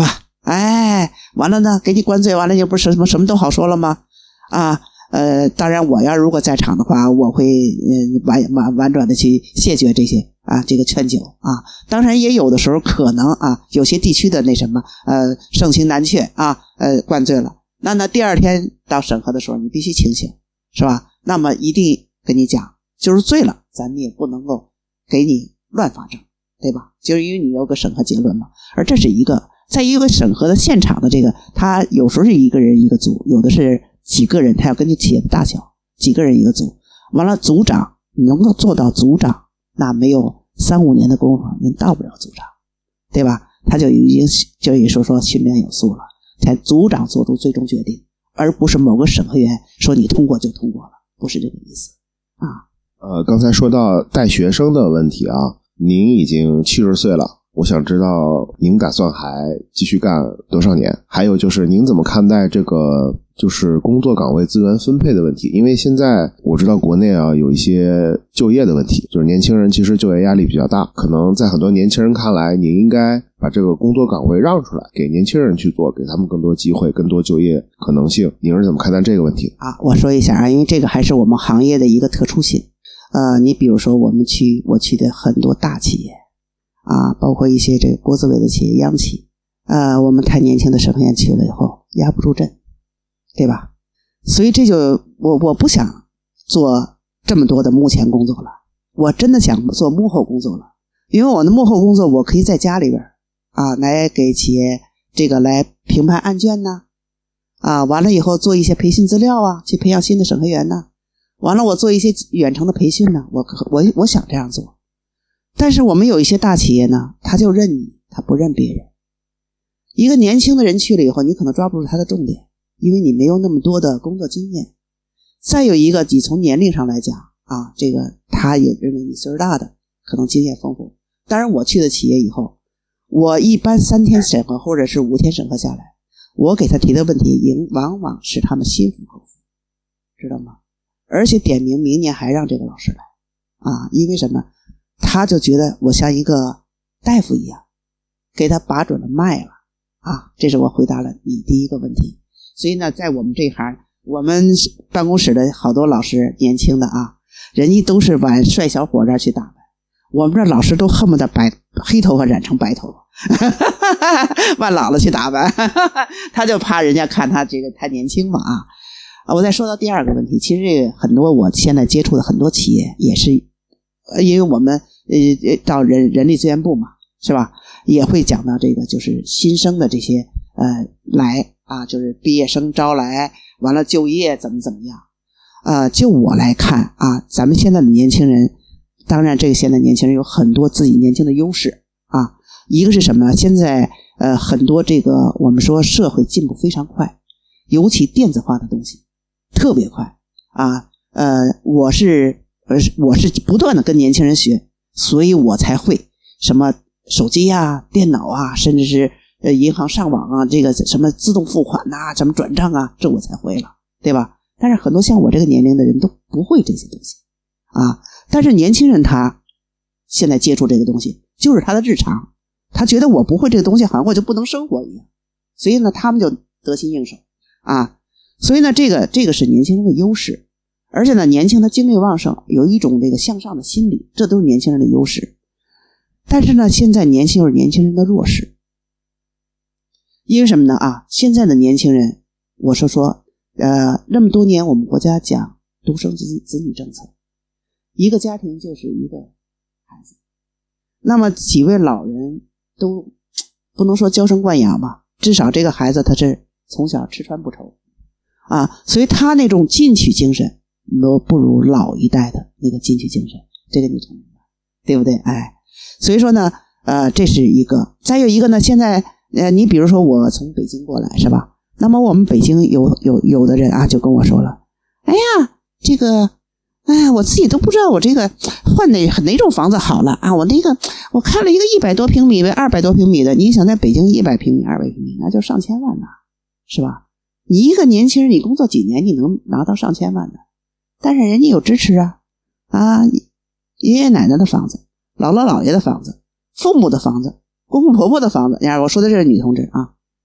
完了呢给你灌醉，完了就不是什么都好说了吗？当然我要如果在场的话，我会婉转的去谢绝这些这个劝酒当然也有的时候可能有些地区的那什么盛情难却灌醉了，那第二天到审核的时候你必须清醒，是吧？那么一定跟你讲，就是醉了咱们也不能够给你乱发证，对吧？就是因为你有个审核结论嘛。而这是一个在一个审核的现场的这个，他有时候是一个人一个组，有的是几个人，他要根据企业的大小，几个人一个组。完了组长你能够做到组长，那没有3-5年的功夫您到不了组长，对吧？他就已经说训练有素了，才组长做出最终决定，而不是某个审核员说你通过就通过了，不是这个意思刚才说到带学生的问题您已经70岁了，我想知道您打算还继续干多少年？还有就是您怎么看待这个就是工作岗位资源分配的问题？因为现在我知道国内有一些就业的问题，就是年轻人其实就业压力比较大，可能在很多年轻人看来，你应该把这个工作岗位让出来给年轻人去做，给他们更多机会，更多就业可能性。您是怎么看待这个问题？ 我说一下因为这个还是我们行业的一个特殊性。你比如说我去的很多大企业包括一些这个国资委的企业、央企我们太年轻的审核员去了以后压不住阵，对吧？所以这就我不想做这么多的幕前工作了，我真的想做幕后工作了。因为我的幕后工作我可以在家里边来给企业这个来评判案卷完了以后做一些培训资料去培养新的审核员完了我做一些远程的培训我想这样做。但是我们有一些大企业呢，他就认你，他不认别人。一个年轻的人去了以后，你可能抓不住他的重点，因为你没有那么多的工作经验。再有一个，你从年龄上来讲这个他也认为你岁数大的，可能经验丰富。当然我去的企业以后，我一般3天审核或者是5天审核下来，我给他提的问题往往是他们心服口服，知道吗？而且点名明年还让这个老师来因为什么？他就觉得我像一个大夫一样，给他把准了脉了这是我回答了你第一个问题。所以呢，在我们这一行，我们办公室的好多老师年轻的人家都是往帅小伙这儿去打扮，我们这老师都恨不得把黑头发染成白头发往老了去打扮他就怕人家看他这个太年轻嘛我再说到第二个问题，其实这个很多我现在接触的很多企业也是因为我们到人力资源部嘛，是吧？也会讲到这个就是新生的这些来就是毕业生招来，完了就业怎么样就我来看咱们现在的年轻人，当然这个现在年轻人有很多自己年轻的优势一个是什么？现在很多这个我们说社会进步非常快，尤其电子化的东西特别快我是不断的跟年轻人学，所以我才会什么手机电脑甚至是银行上网这个什么自动付款什么转账这我才会了，对吧？但是很多像我这个年龄的人都不会这些东西但是年轻人他现在接触这个东西就是他的日常，他觉得我不会这个东西好像我就不能生活一样，所以呢他们就得心应手所以呢这个是年轻人的优势。而且呢年轻的精力旺盛，有一种这个向上的心理，这都是年轻人的优势。但是呢现在年轻又是年轻人的弱势。因为什么呢现在的年轻人，我说那么多年我们国家讲独生子女政策，一个家庭就是一个孩子，那么几位老人都不能说娇生惯养吧，至少这个孩子他是从小吃穿不愁所以他那种进取精神都不如老一代的那个进取精神，这个你承认吧？对不对？所以说呢这是一个。再有一个呢，现在你比如说我从北京过来是吧？那么我们北京有的人就跟我说了，哎呀这个我自己都不知道我这个换哪种房子好了我看了一个100多平米的200多平米的，你想在北京100平米200平米那就上千万是吧？你一个年轻人你工作几年你能拿到上千万的？但是人家有支持爷爷奶奶的房子，姥姥姥爷的房子，父母的房子，公公婆婆的房子。我说的这是女同志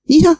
你想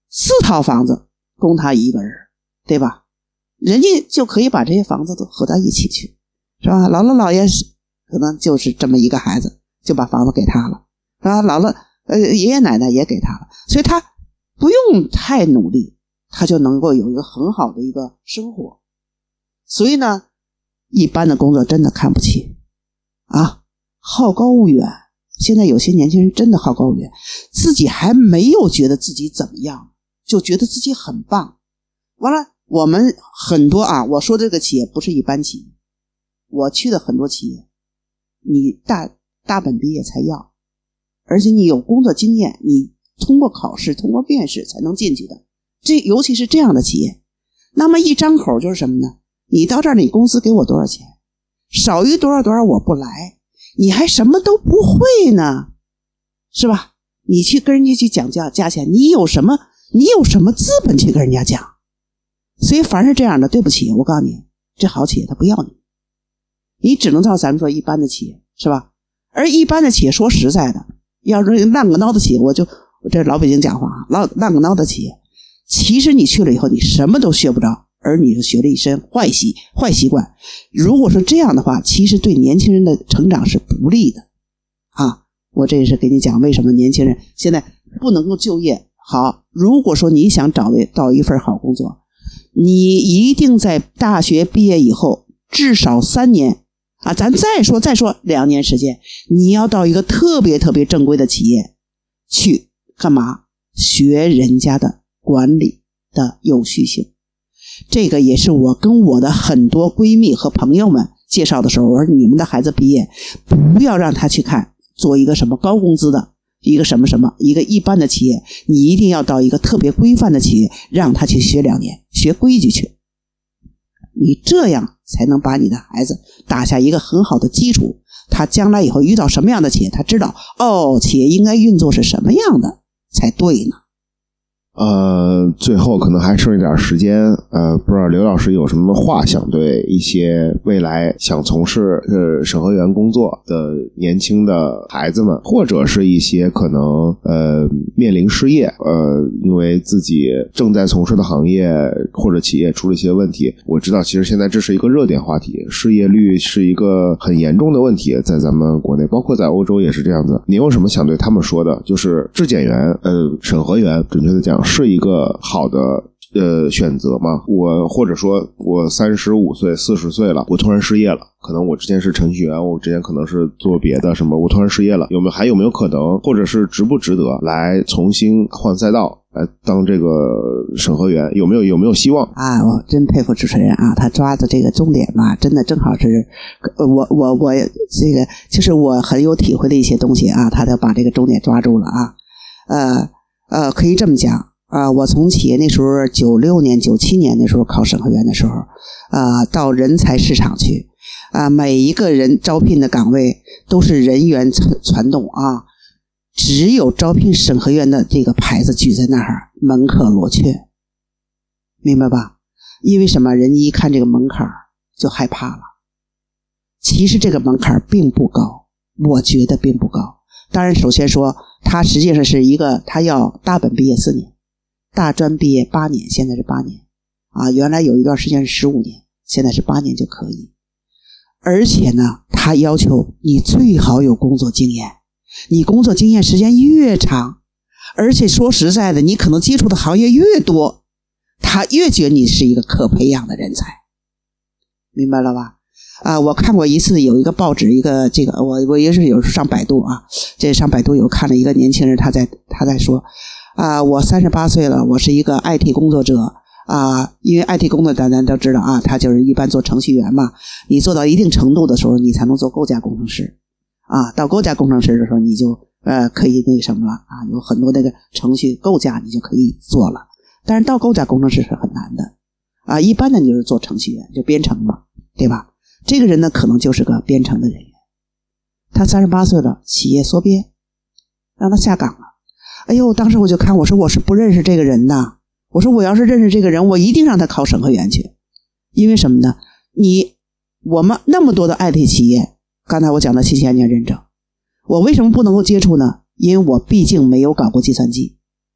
4套房子供他一个人，对吧？人家就可以把这些房子都合到一起去，是吧？姥姥姥爷可能就是这么一个孩子，就把房子给他了，是吧？爷爷奶奶也给他了，所以他不用太努力，他就能够有一个很好的一个生活。所以呢，一般的工作真的看不起啊，好高骛远。现在有些年轻人真的好高骛远，自己还没有觉得自己怎么样，就觉得自己很棒。完了，我们很多啊，我说这个企业不是一般企业，我去的很多企业，你大本毕业才要，而且你有工作经验，你通过考试通过面试才能进去的，尤其是这样的企业。那么一张口就是什么呢？你到这儿你公司给我多少钱，少于多少多少我不来，你还什么都不会呢，是吧？你去跟人家去讲价钱，你有什么资本去跟人家讲？所以凡是这样的，对不起，我告诉你，这好企业他不要你，你只能到咱们说一般的企业，是吧？而一般的企业说实在的，要是烂个孬的企业，我这老北京讲话啊，烂个孬的企业，其实你去了以后你什么都学不着，而你是学了一身坏习惯。如果说这样的话，其实对年轻人的成长是不利的啊。我这也是给你讲为什么年轻人现在不能够就业。好，如果说你想找到一份好工作，你一定在大学毕业以后至少3年啊，咱再说2年时间，你要到一个特别特别正规的企业去干嘛？学人家的管理的有序性。这个也是我跟我的很多闺蜜和朋友们介绍的时候，我说你们的孩子毕业不要让他去做一个什么高工资的一个什么一个一般的企业，你一定要到一个特别规范的企业，让他去学2年，学规矩去。你这样才能把你的孩子打下一个很好的基础，他将来以后遇到什么样的企业，他知道企业应该运作是什么样的才对呢。 最后可能还剩一点时间，不知道刘老师有什么话想对一些未来想从事审核员工作的年轻的孩子们，或者是一些可能面临失业，因为自己正在从事的行业或者企业出了一些问题。我知道其实现在这是一个热点话题，失业率是一个很严重的问题，在咱们国内包括在欧洲也是这样子。你有什么想对他们说的？就是质检员审核员准确的讲是一个好的选择吗？或者说我35岁40岁了，我突然失业了，可能我之前是程序员，我之前可能是做别的什么，我突然失业了，还有没有可能，或者是值不值得来重新换赛道来当这个审核员，有没有希望啊？我真佩服主持人啊，他抓的这个重点嘛，真的正好是我这个就是我很有体会的一些东西啊，他就把这个重点抓住了啊。可以这么讲啊，我从企业那时候96年97年那时候考审核员的时候到人才市场去每一个人招聘的岗位都是人员传动啊，只有招聘审核员的这个牌子举在那儿，门可罗雀，明白吧？因为什么？人一看这个门槛就害怕了。其实这个门槛并不高，我觉得并不高。当然首先说它实际上是一个，它要大本毕业4年，大专毕业8年，现在是8年原来有一段时间是15年，现在是8年就可以。而且呢，它要求你最好有工作经验，你工作经验时间越长，而且说实在的，你可能接触的行业越多，他越觉得你是一个可培养的人才，明白了吧？我看过一次有一个报纸，一个这个我也是有上百度这上百度有看了一个年轻人，他在说我38岁了，我是一个 IT 工作者因为 IT 工作咱都知道他就是一般做程序员嘛，你做到一定程度的时候，你才能做构架工程师到构架工程师的时候，你就可以那个什么了有很多那个程序构架你就可以做了，但是到构架工程师是很难的一般的你就是做程序员，就编程嘛，对吧？这个人呢可能就是个编程的人员，他38岁了，企业缩编让他下岗了。哎呦，当时我就看，我说我是不认识这个人的，我说我要是认识这个人，我一定让他考审核员去。因为什么呢？我们那么多的 IT 企业，刚才我讲的信息安全认证，我为什么不能够接触呢？因为我毕竟没有搞过计算机，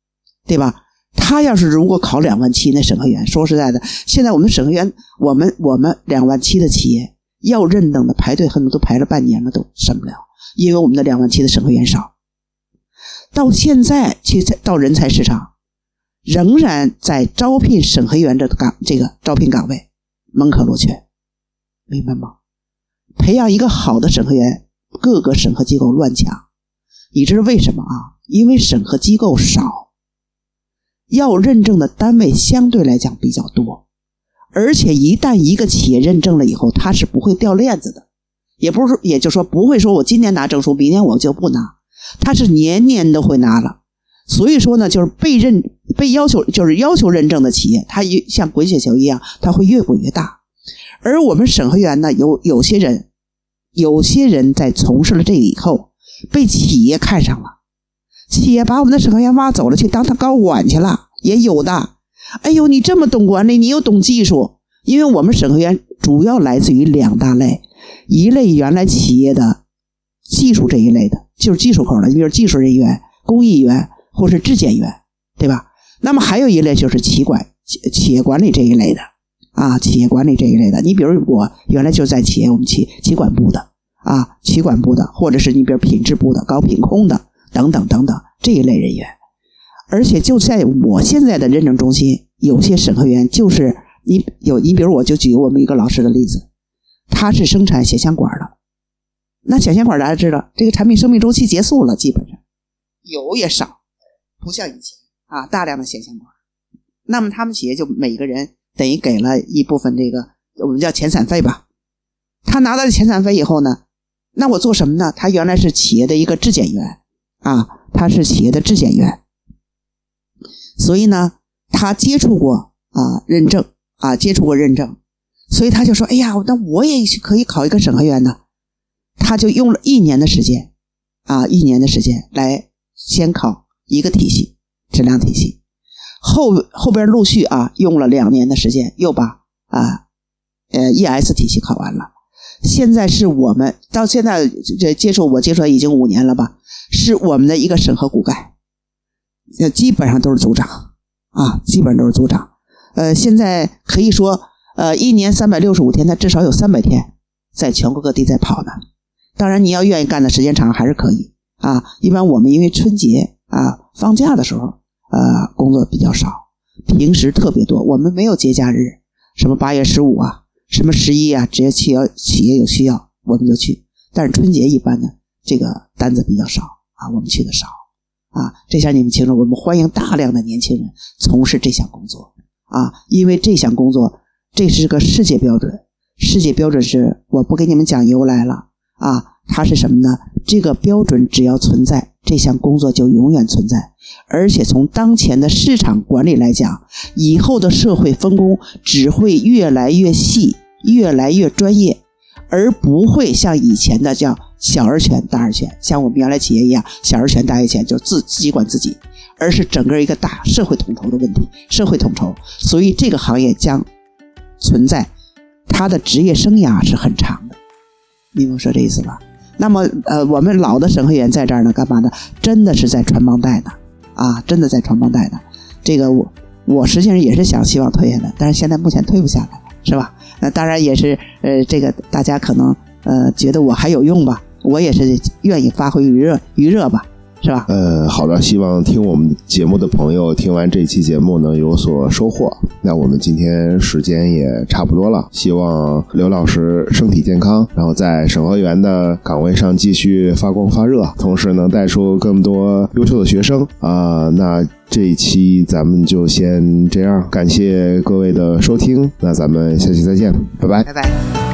对吧？他要是如果考27000那审核员，说实在的，现在我们审核员，我们27000的企业要认证的排队很多都排了半年了都审不了，因为我们的27000的审核员少。到现在去到人才市场，仍然在招聘审核员这个招聘岗位门可罗雀，明白吗？培养一个好的审核员，各个审核机构乱抢。你知道为什么啊？因为审核机构少，要认证的单位相对来讲比较多，而且一旦一个企业认证了以后，它是不会掉链子的，也就是说不会说我今年拿证书，明年我就不拿，它是年年都会拿了。所以说呢，就是被要求认证的企业，它像滚雪球一样，它会越滚越大。而我们审核员呢，有些人在从事了这个以后，被企业看上了，企业把我们的审核员挖走了，去当他高管去了，也有的。哎呦，你这么懂管理，你又懂技术。因为我们审核员主要来自于2大类，一类原来企业的技术这一类的，就是技术口的，你比如技术人员、工艺员或是质检员，对吧？那么还有一类就是企业管理这一类的啊，企业管理这一类的。你比如我原来就在企业我们企管部的啊，企管部的，或者是你比如品质部的、搞品控的等等等等这一类人员。而且就在我现在的认证中心，有些审核员就是你比如我就举我们一个老师的例子，他是生产显像管的。那显像管大家知道，这个产品生命周期结束了，基本上有也少，不像以前啊大量的显像管。那么他们企业就每个人等于给了一部分这个我们叫遣散费吧。他拿到遣散费以后呢，那我做什么呢？他原来是企业的一个质检员啊，他是企业的质检员，所以呢他接触过认证，所以他就说哎呀，那我也可以考一个审核员呢。他就用了1年的时间来先考一个体系，质量体系，后边陆续用了2年的时间又把ES 体系考完了。现在是我们到现在我接触已经5年了吧，是我们的一个审核骨干，基本上都是组长现在可以说1年365天，他至少有300天在全国各地在跑呢。当然你要愿意干的时间长还是可以一般我们因为春节放假的时候工作比较少，平时特别多，我们没有节假日，什么8月15什么11只要企业有需要我们就去。但是春节一般呢这个单子比较少我们去的少这下你们清楚，我们欢迎大量的年轻人从事这项工作因为这项工作这是个世界标准是我不给你们讲由来了它是什么呢？这个标准只要存在，这项工作就永远存在。而且从当前的市场管理来讲，以后的社会分工只会越来越细，越来越专业，而不会像以前的叫小而全大而全，像我们原来企业一样小而全大而全，就自己管自己，而是整个一个大社会统筹的问题，社会统筹。所以这个行业将存在，它的职业生涯是很长的，明白说这意思吧？那么我们老的审核员在这儿呢，干嘛呢？真的是在传帮带呢真的在传帮带呢。这个我实际上也是希望推下来，但是现在目前推不下来，是吧？那当然也是这个大家可能觉得我还有用吧，我也是愿意发挥余热吧，是吧？ 好的，希望听我们节目的朋友听完这期节目能有所收获。那我们今天时间也差不多了，希望刘老师身体健康，然后在审核员的岗位上继续发光发热，同时能带出更多优秀的学生那这一期咱们就先这样，感谢各位的收听，那咱们下期再见，拜拜。 拜拜。